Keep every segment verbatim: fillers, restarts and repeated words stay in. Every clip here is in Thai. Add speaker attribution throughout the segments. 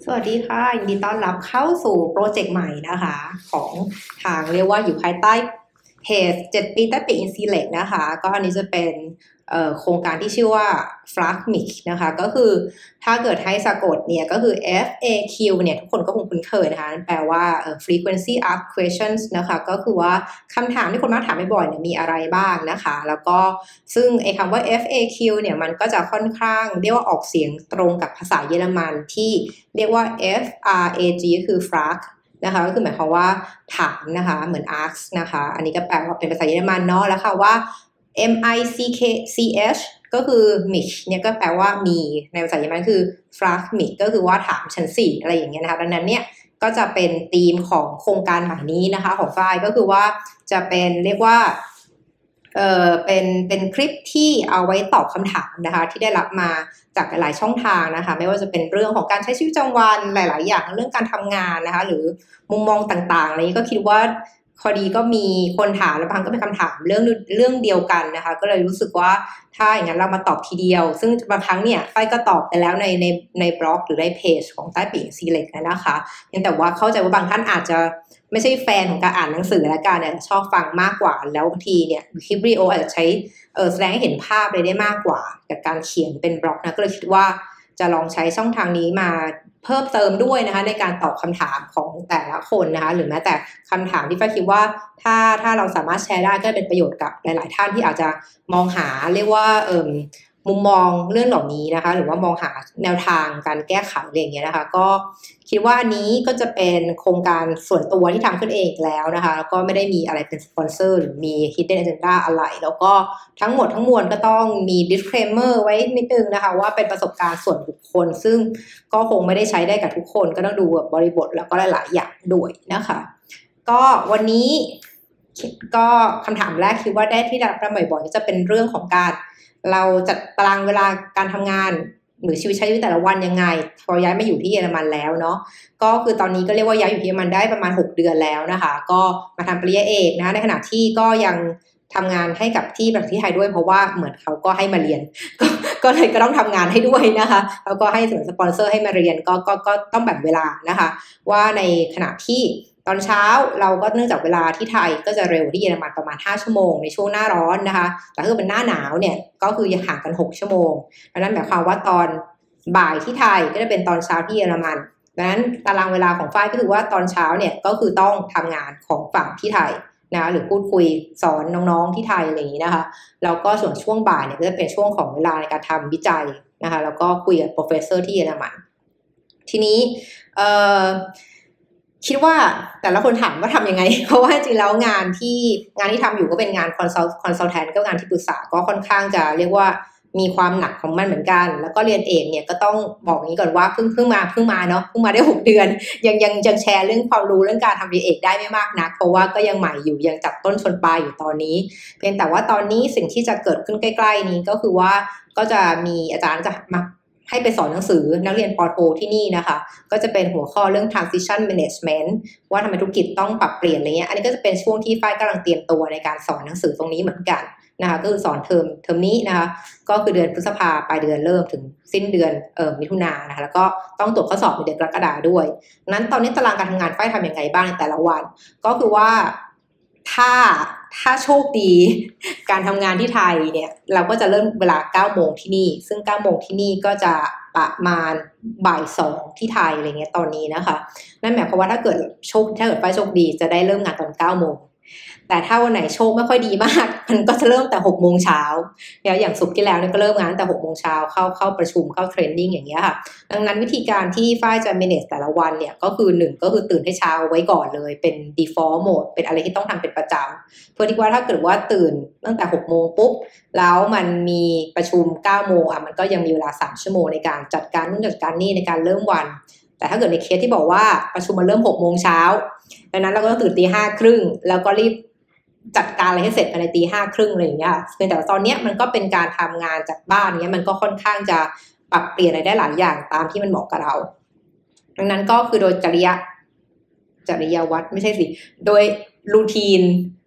Speaker 1: สวัสดีค่ะยินดีต้อนรับเข้าสู่โปรเจกต์ใหม่นะคะของทางเรียกว่าอยู่ภายใต้เพจเจ็ดปีใต้ปีก Inselect นะคะก็อันนี้จะเป็นโครงการที่ชื่อว่า เอฟ เอ ซี เอ็ม ไอ นะคะก็คือถ้าเกิดให้สะกดเนี่ยก็คือ F A Q เนี่ยทุกคนก็คงคุ้นเคยนะคะแปลว่า frequency asked questions นะคะก็คือว่าคำถามที่คนมักถามบ่อยๆเนี่ยมีอะไรบ้างนะคะแล้วก็ซึ่งไอ้คำว่า F A Q เนี่ยมันก็จะค่อนข้างเรียกว่าออกเสียงตรงกับภาษาเยอรมันที่เรียกว่า F R A G ก็คือ frag นะคะก็คือหมายความว่าถามนะคะเหมือน ask นะคะอันนี้ก็แปลว่าเป็นภาษาเยอรมันเนาะแล้วค่ะว่า M I C K C H ก็คือ mich เนี่ยก็แปลว่ามีในภาษาเยอรมันคือ frag mich ก็คือว่าถามฉันสิอะไรอย่างเงี้ยนะคะดังนั้นเนี่ยก็จะเป็นธีมของโครงการใหม่นี้นะคะของฝ้ายก็คือว่าจะเป็นเรียกว่าเอ่อเป็นเป็นคลิปที่เอาไว้ตอบคำถามนะคะที่ได้รับมาจากหลายช่องทางนะคะไม่ว่าจะเป็นเรื่องของการใช้ชีวิตประจำวันหลายๆอย่างเรื่องการทำงานนะคะหรือมุมมองต่างๆอะไรนี้ก็คิดว่าพอดีก็มีคนถามแล้วบางก็เป็นคำถามเรื่องเรื่องเดียวกันนะคะก็เลยรู้สึกว่าถ้าอย่างนั้นเรามาตอบทีเดียวซึ่งบางครั้งเนี่ยฝ้ายก็ตอบไปแล้วในในในบล็อกหรือในเพจของใต้ปีก Inselect นะคะเพียงแต่ว่าเข้าใจว่าบางท่านอาจจะไม่ใช่แฟนของการอ่านหนังสือและการเนี่ยชอบฟังมากกว่าแล้วบางทีเนี่ยคลิปวิดีโออาจจะใช้เออแสดงให้เห็นภาพเลยได้มากกว่ากับการเขียนเป็นบล็อกนะก็เลยคิดว่าจะลองใช้ช่องทางนี้มาเพิ่มเติมด้วยนะคะในการตอบคำถามของแต่ละคนนะคะหรือแม้แต่คำถามที่ฝ้ายคิดว่าถ้าถ้าเราสามารถแชร์ได้ก็เป็นประโยชน์กับหลายๆท่านที่อาจจะมองหาเรียกว่าเอ่อมุมมองเรื่องเหล่านี้นะคะหรือว่ามองหาแนวทางการแก้ไขอะไรอย่างเงี้ยนะคะก็คิดว่าอันนี้ก็จะเป็นโครงการส่วนตัวที่ทำขึ้นเองแล้วนะคะแล้วก็ไม่ได้มีอะไรเป็นสปอนเซอร์หรือมี hidden agenda อะไรแล้วก็ทั้งหมดทั้งมวลก็ต้องมี disclaimer ไว้นิดนึงนะคะว่าเป็นประสบการณ์ส่วนบุคคลซึ่งก็คงไม่ได้ใช้ได้กับทุกคนก็ต้องดูบริบทแล้วก็หลายๆอย่างด้วยนะคะก็วันนี้ก็คำถามแรกคิดว่าได้ที่ได้รับบ่อยๆจะเป็นเรื่องของการเราจัดตารางเวลาการทำงานหรือชีวิตใช้ชีวิตแต่ละวันยังไงพอย้ายมาอยู่ที่เยอรมันแล้วเนาะก็คือตอนนี้ก็เรียกว่าย้ายอยู่ที่เยอรมันได้ประมาณหกเดือนแล้วนะคะก็มาทำปริญญาเอกนะคะในขณะที่ก็ยังทำงานให้กับที่ประเทศไทยด้วยเพราะว่าเหมือนเขาก็ให้มาเรียน ก็ก็เลยก็ต้องทำงานให้ด้วยนะคะแล้วก็ให้ส่วนสปอนเซอร์ให้มาเรียนก็ก็ก็ต้องแบ่งเวลานะคะว่าในขณะที่ตอนเช้าเราก็เนื่องจากเวลาที่ไทยก็จะเร็วที่เยอรมันประมาณห้าชั่วโมงในช่วงหน้าร้อนนะคะแต่ถ้าเป็นหน้าหนาวเนี่ยก็คือห่างกันหกชั่วโมงดังนั้นหมายความว่าตอนบ่ายที่ไทยก็จะเป็นตอนเช้าที่เยอรมันดังนั้นตารางเวลาของฝ้ายก็คือว่าตอนเช้าเนี่ยก็คือต้องทำงานของฝั่งที่ไทยนะหรือพูดคุยสอนน้องๆที่ไทยอะไรอย่างนี้นะคะแล้วก็ส่วนช่วงบ่ายเนี่ยก็จะเป็นช่วงของเวลาในการทำวิจัยนะคะแล้วก็คุยกับโปรเฟสเซอร์ที่เยอรมันทีนี้เอ่อคิดว่าแต่ละคนถามว่าทำยังไงเพราะว่าจริงแล้วงานที่งานที่ทำอยู่ก็เป็นงานคอนซัลคอนซัลแทนก็งานที่ปรึกษาก็ค่อนข้างจะเรียกว่ามีความหนักของมันเหมือนกันแล้วก็เรียนเอกเนี่ยก็ต้องบอกอย่างนี้ก่อนว่าเพิ่งเพิ่งมาเพิ่งมาเนาะเพิ่งมาได้หกเดือนยังยังยังแชร์เรื่องความรู้เรื่องการทำเรียนเอกได้ไม่มากนักเพราะว่าก็ยังใหม่อยู่ยังจับต้นชนปลายอยู่ตอนนี้เพียงแต่ว่าตอนนี้สิ่งที่จะเกิดขึ้นใกล้ๆนี้ก็คือว่าก็จะมีอาจารย์จะมาให้ไปสอนหนังสือนักเรียนป.โทที่นี่นะคะก็จะเป็นหัวข้อเรื่อง transition management ว่าทำไมธุรกิจต้องปรับเปลี่ยนอะไรเงี้ยอันนี้ก็จะเป็นช่วงที่ฝ้ายกำลังเตรียมตัวในการสอนหนังสือตรงนี้เหมือนกันนะคะก็คือสอนเทอมเทอมนี้นะคะก็คือเดือนพฤษภาปลายเดือนเริ่มถึงสิ้นเดือนเอ่อมิถุนายนนะคะแล้วก็ต้องตรวจข้อสอบในเดือนกรกฎาคมด้วยนั้นตอนนี้ตารางการทำงานฝ้ายทำยังไงบ้างในแต่ละวันก็คือว่าถ้าถ้าโชคดีการทำงานที่ไทยเนี่ยเราก็จะเริ่มเวลาเก้าโมงที่นี่ซึ่งเก้าโมงที่นี่ก็จะประมาณบ่ายสองที่ไทยอะไรเงี้ยตอนนี้นะคะนั่นหมายความว่าถ้าเกิดโชคถ้าเกิดฝ้ายโชคดีจะได้เริ่มงานตอนเก้าโมงแต่ถ้าวันไหนโชคไม่ค่อยดีมากมันก็จะเริ่มแต่หกโมงเช้าแล้วอย่างศุกร์ที่แล้วเนี่ยก็เริ่มงานแต่หกโมงเช้าเข้าเข้าประชุมเข้าเทรนนิ่งอย่างเงี้ยค่ะดังนั้นวิธีการที่ฝ้ายจะ manage แต่ละวันเนี่ยก็คือหนึ่งก็คือตื่นให้เช้าไว้ก่อนเลยเป็น default mode เป็นอะไรที่ต้องทำเป็นประจำเพื่อที่ว่าถ้าเกิดว่าตื่นตั้งแต่หกโมงปุ๊บแล้วมันมีประชุมเก้าโมงอ่ะมันก็ยังมีเวลาสามชั่วโมงในการจัดการนู่นจัดการนี่ในการเริ่มวันแต่ถ้าเกิดในเคสที่บอกว่าประชุมมันเริ่มหกโมงเช้าดังนั้นเราก็ต้องตื่นตีห้าครึ่งแล้วก็รีบจัดการอะไรให้เสร็จภายในตีห้าครึ่งอะไรอย่างเงี้ยแต่ตอนนี้มันก็เป็นการทำงานจากบ้านเนี้ยมันก็ค่อนข้างจะปรับเปลี่ยนอะไรได้หลายอย่างตามที่มันเหมาะกับเราดังนั้นก็คือโดยจริยะจริยวัตรไม่ใช่สิโดยรูทีน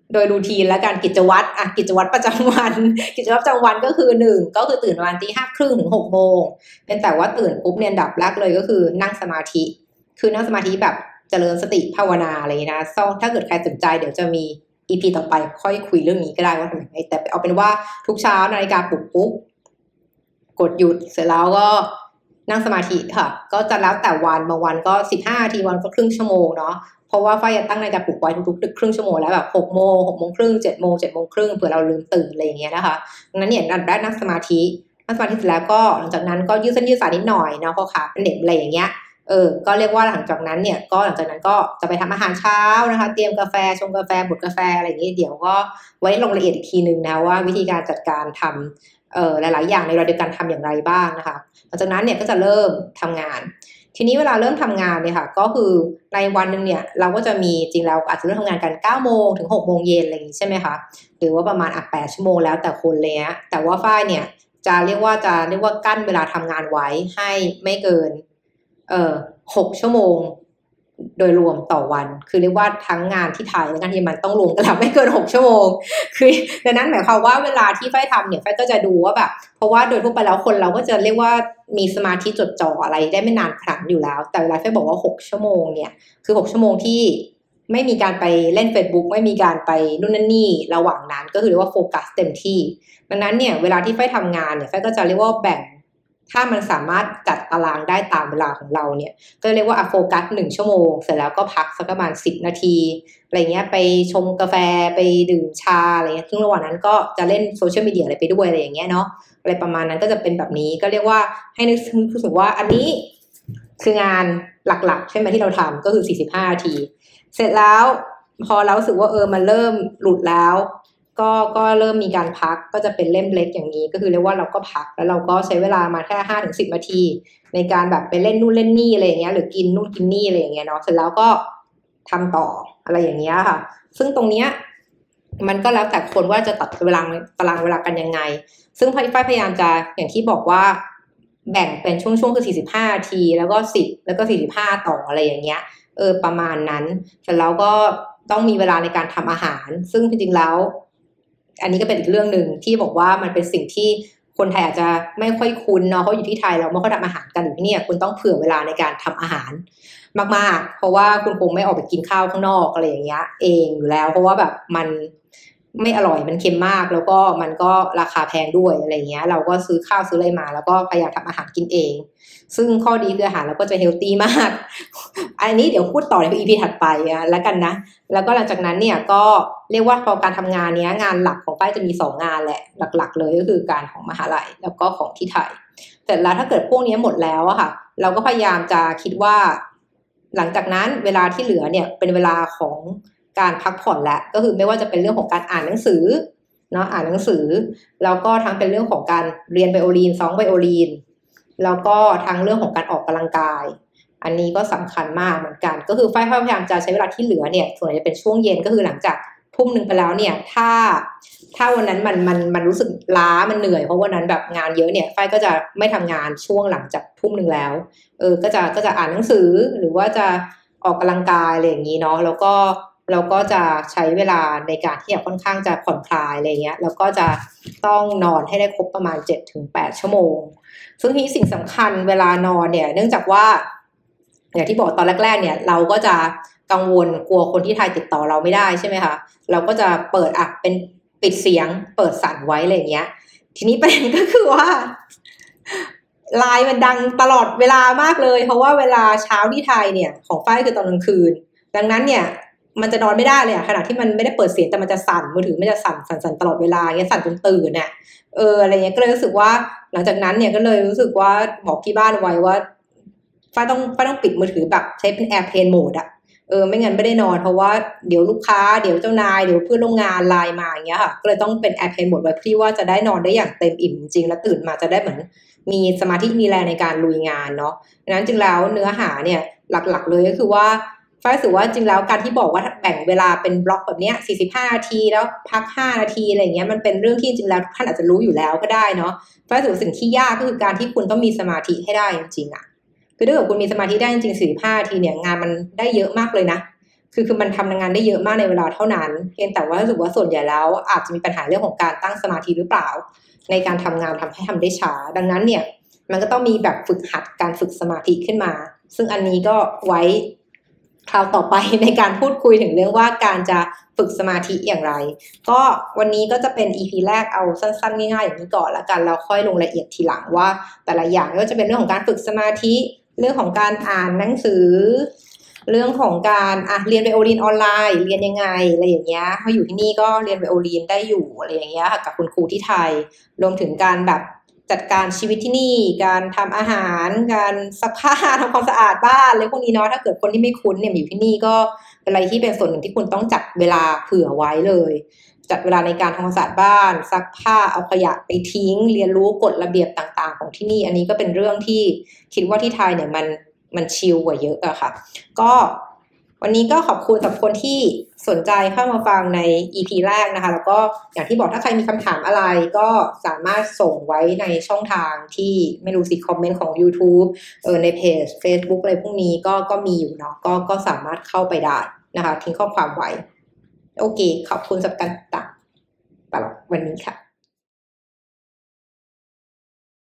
Speaker 1: โดยรูทีนและการกิจวัตรอ่ะกิจวัตรประจำวัน กิจวัตรประจำวันก็คือหนึ่งก็คือตื่นประมาณตีห้าครึ่งถึงหกโมงเป็นแต่ว่าตื่นปุ๊บเนี่ยดับแรกเลยก็คือนั่งสมาธิคือนั่งสมาธิแบบเจริญสติภาวนาอะไรอย่างนี้นะถ้าเกิดใครสนใจเดี๋ยวจะมี อี พี ต่อไปค่อยคุยเรื่องนี้ก็ได้ว่าทำยังไงแต่เอาเป็นว่าทุกเช้านาฬิกาปลุกปุ๊บกดหยุดเสร็จแล้วก็นั่งสมาธิค่ะก็จะแล้วแต่วันบางวันก็สิบห้านาทีวันก็ครึ่งชั่วโมงเนาะเพราะว่าฝ้ายจะตั้งนาฬิกาปลุกไว้ทุกๆครึ่งชั่วโมงแล้วแบบหกโมงหกโมงครึ่งเจ็ดโมงเจ็ดโมงครึ่งเผื่อเราลืมตื่นอะไรอย่างเงี้ยนะคะดังนั้นเนี่ยได้นั่งสมาธินั่งสมาธิเสร็จแล้วก็หลังจากนั้นก็ยืดเส้นยืดสายนิดหน่อยเนาะเพราะขาเป็นเด็กอะไรอย่างเงี้ยเออก็เรียกว่าหลังจากนั้นเนี่ยก็หลังจากนั้นก็จะไปทำอาหารเช้านะคะเตรียมกาแฟชงกาแฟบดกาแฟอะไรอย่างเงี้ยเดี๋ยวก็ไว้ลงรายละเอียดอีกทีนึงนะว่าวิธีการจัดการทำเอ่อหลายๆอย่างในเวลาเดียวกันทำอย่างไรบ้างนะคะหลังจากนั้นเนี่ยก็จะเริ่มทำงานทีนี้เวลาเริ่มทำงานเนี่ยค่ะก็คือในวันนึงเนี่ยเราก็จะมีจริงแล้วอาจจะเริ่มทำงานกันเก้าโมงถึงหกโมงเย็นอะไรอย่างงี้ใช่ไหมคะหรือว่าประมาณอ่ะแปดชั่วโมงแล้วแต่คนเลยนะแต่ว่าฝ้ายเนี่ยจะเรียกว่าจะเรียกว่ากั้นเวลาทำงานไว้ให้ไม่เกินเอ่อหกชั่วโมงโดยรวมต่อวันคือเรียกว่าทั้งงานที่ไทยและงานที่มันต้องรวมกันแล้วไม่เกินหกชั่วโมงคือดังนั้นหมายความว่าเวลาที่ฝ้ายทำเนี่ยฝ้ายก็จะดูว่าแบบเพราะว่าโดยทั่วไปแล้วคนเราก็จะเรียกว่ามีสมาธิจดจ่ออะไรได้ไม่นานขนาดอยู่แล้วแต่เวลาฝ้ายบอกว่าหกชั่วโมงเนี่ยคือหกชั่วโมงที่ไม่มีการไปเล่น Facebook ไม่มีการไปนู่นนั่นนี่ระหว่างนั้นก็คือเรียกว่าโฟกัสเต็มที่ดังนั้นเนี่ยเวลาที่ฝ้ายทำงานเนี่ยฝ้ายก็จะเรียกว่าแบ่งถ้ามันสามารถจัดตารางได้ตามเวลาของเราเนี่ยก็เรียกว่าโฟกัสหนึ่งชั่วโมงเสร็จแล้วก็พักสักประมาณสิบนาทีอะไรเงี้ยไปชงกาแฟไปดื่มชาอะไรเงี้ยซึ่งระหว่างนั้นก็จะเล่นโซเชียลมีเดียอะไรไปด้วยอะไรอย่างเงี้ยเนาะอะไรประมาณนั้นก็จะเป็นแบบนี้ก็เรียกว่าให้นึกถึงว่าอันนี้คืองานหลักๆใช่ไหมที่เราทำก็คือสี่สิบห้านาทีเสร็จแล้วพอเรารู้สึกว่าเออมันเริ่มหลุดแล้วก็ก็เริ่มมีการพักก็จะเป็นเล่มเล็กอย่างนี้ก็คือเรียกว่าเราก็พักแล้วเราก็ใช้เวลามาแค่ห้าถึงสิบนาทีในการแบบไปเล่นนู่นเล่นนี่อะไรอย่างเงี้ยหรือกินนู่นกินนี่อะไรอย่างเงี้ยเนาะเสร็จแล้วก็ทำต่ออะไรอย่างเงี้ยค่ะซึ่งตรงเนี้ยมันก็แล้วแต่คนว่าจะตัดเวลาตารางเวลากันยังไงซึ่งฝ้ายพยายามจะอย่างที่บอกว่าแบ่งเป็นช่วงๆคือสี่สิบห้านาทีแล้วก็สิบแล้วก็สี่สิบห้าต่ออะไรอย่างเงี้ยเออประมาณนั้นเสร็จแล้วก็ต้องมีเวลาในการทำอาหารซึ่งจริงๆแล้วอันนี้ก็เป็นอีกเรื่องนึงที่บอกว่ามันเป็นสิ่งที่คนไทยอาจจะไม่ค่อยคุ้นเนาะเขาอยู่ที่ไทยเราไม่ค่อยทำอาหารกันอยู่ที่นี่คุณต้องเผื่อเวลาในการทำอาหารมากๆเพราะว่าคุณคงไม่ออกไปกินข้าวข้างนอกอะไรอย่างเงี้ยเองอยู่แล้วเพราะว่าแบบมันไม่อร่อยมันเค็มมากแล้วก็มันก็ราคาแพงด้วยอะไรเงี้ยเราก็ซื้อข้าวซื้ออะไรมาแล้วก็พยายามทำอาหารกินเองซึ่งข้อดีคืออาหารเราก็จะเฮลตี้มากอันนี้เดี๋ยวพูดต่อใน อี พี ถัดไปแล้วกันนะแล้วก็หลังจากนั้นเนี่ยก็เรียกว่าพอการทำงานเนี้ยงานหลักของฝ้ายจะมีสองงานแหละหลักๆเลยก็คือการของมหาลัยแล้วก็ของที่ไทยเสร็จแล้วถ้าเกิดพวกนี้หมดแล้วอะค่ะเราก็พยายามจะคิดว่าหลังจากนั้นเวลาที่เหลือเนี่ยเป็นเวลาของการพักผ่อนแล้วก็คือไม่ว่าจะเป็นเรื่องของการอ่านหนังสือเนาะอ่านหนังสือแล้วก็ทั้งเป็นเรื่องของการเรียนไวโอลินซ้อมไวโอลินแล้วก็ทั้งเรื่องของการออกกำลังกายอันนี้ก็สำคัญมากเหมือนกันก็คือฝ้ายพยายามจะใช้เวลาที่เหลือเนี่ยส่วนใหญ่จะเป็นช่วงเย็นก็คือหลังจากทุ่มหนึ่งไปแล้วเนี่ยถ้าถ้าวันนั้นมันมันมันรู้สึกล้ามันเหนื่อยเพราะวันนั้นแบบงานเยอะเนี่ยฝ้ายก็จะไม่ทำงานช่วงหลังจากทุ่มหนึ่งแล้วเออก็จะก็จะอ่านหนังสือหรือว่าจะออกกำลังกายอะไรอย่างนี้เนาะแล้วก็เราก็จะใช้เวลาในการที่จะค่อนข้างจะผ่อนคลายอะไรเงี้ยแล้วก็จะต้องนอนให้ได้ครบประมาณ เจ็ดถึงแปด ชั่วโมงซึ่งที่สิ่งสำคัญเวลานอนเนี่ยเนื่องจากว่าอย่างที่บอกตอนแรกๆเนี่ยเราก็จะกังวลกลัวคนที่ไทยติดต่อเราไม่ได้ใช่ไหมคะเราก็จะเปิดอ่ะเป็นปิดเสียงเปิดสั่นไว้อะไรอย่างเงี้ยทีนี้ประเด็นก็คือว่าไลน์มันดังตลอดเวลามากเลยเพราะว่าเวลาเช้าที่ไทยเนี่ยของฝ้ายคือตอนกลางคืนดังนั้นเนี่ยมันจะนอนไม่ได้เลยอะขณะที่มันไม่ได้เปิดเสียงแต่มันจะสั่นมือถือมันจะสั่นสั่นสั่นตลอดเวลาเงี้ยสั่นจนตื่นเนี่ยเอออะไรเงี้ยก็เลยรู้สึกว่าหลังจากนั้นเนี่ยก็เลยรู้สึกว่าบอกที่บ้านไว้ว่าฝ้ายต้องฝ้ายต้องปิดมือถือแบบใช้เป็น Airplane Mode อะเออไม่งั้นไม่ได้นอนเพราะว่าเดี๋ยวลูกค้าเดี๋ยวเจ้านายเดี๋ยวเพื่อนร่วมงานไลน์มาอย่างเงี้ยค่ะก็เลยต้องเป็น Airplane Mode ไว้เพื่อว่าจะได้นอนได้อย่างเต็มอิ่มจริงแล้วตื่นมาจะได้เหมือนมีสมาธิมีแรงในการลุยงานเนาะดังนั้นจริงแล้วเนื้อหาเนี่ยหลักๆเลยก็คือว่าฝ้ายรู้สึกว่าจริงแล้วการที่บอกว่าแบ่งเวลาเป็นบล็อกแบบเนี้ยสี่สิบห้านาทีแล้วพักห้านาทีอะไรอย่างเงี้ยมันเป็นเรื่องที่จริงแล้วทุกท่านอาจจะรู้อยู่แล้วก็ได้เนาะฝ้ายรู้สึกว่าสิ่งที่ยากก็คือการที่คุณต้องมีสมาธิให้ได้จริงๆอะคือถ้าเกิดคุณมีสมาธิได้จริงๆสี่สิบห้านาทีเนี่ยงานมันได้เยอะมากเลยนะคือคือมันทำงานได้เยอะมากในเวลาเท่านั้นเพียงแต่ว่ารู้สึกว่าส่วนใหญ่แล้วอาจจะมีปัญหาเรื่องของการตั้งสมาธิหรือเปล่าในการทำงานทำให้ทำได้ช้าดังนั้นเนี่ยมันก็ต้องมีแบบฝึกหัดการฝึกสมาธิขึ้นมาซึ่งอันนี้ก็ไว้คราวต่อไปในการพูดคุยถึงเรื่องว่าการจะฝึกสมาธิอย่างไรก็วันนี้ก็จะเป็น อี พี แรกเอาสั้นๆง่ายๆอย่างนี้ก่อนแล้วกันแล้วค่อยลงรายละเอียดทีหลังว่าแต่ละอย่างก็จะเป็นเรื่องของการฝึกสมาธิเรื่องของการอ่านหนังสือเรื่องของการอ่ะเรียนไวโอลินออนไลน์เรียนยังไงอะไรอย่างเงี้ยพออยู่ที่นี่ก็เรียนไวโอลินได้อยู่อะไรอย่างเงี้ยค่ะกับคุณครูที่ไทยรวมถึงการแบบจัดการชีวิตที่นี่การทำอาหารการซักผ้าทำความสะอาดบ้านอะไรพวกนี้เนาะถ้าเกิดคนที่ไม่คุ้นเนี่ยมาอยู่ที่นี่ก็เป็นอะไรที่เป็นส่วนหนึ่งที่คุณต้องจัดเวลาเผื่อไว้เลยจัดเวลาในการทำความสะอาดบ้านซักผ้าเอาขยะไปทิ้งเรียนรู้กฎระเบียบต่างๆของที่นี่อันนี้ก็เป็นเรื่องที่คิดว่าที่ไทยเนี่ยมันมันชิลกว่าเยอะอะค่ะก็วันนี้ก็ขอบคุณสำหรับคนที่สนใจเข้ามาฟังใน อี พี แรกนะคะแล้วก็อย่างที่บอกถ้าใครมีคำถามอะไรก็สามารถส่งไว้ในช่องทางที่ไม่รู้สิคอมเมนต์ของ YouTube เออในเพจ Facebook อะไรพวกนี้ก็ก็มีอยู่เนาะก็ก็สามารถเข้าไปได้นะคะทิ้งข้อความไว้โอเคขอบคุณสำหรับการติดตามตลอดวันนี้ค่ะ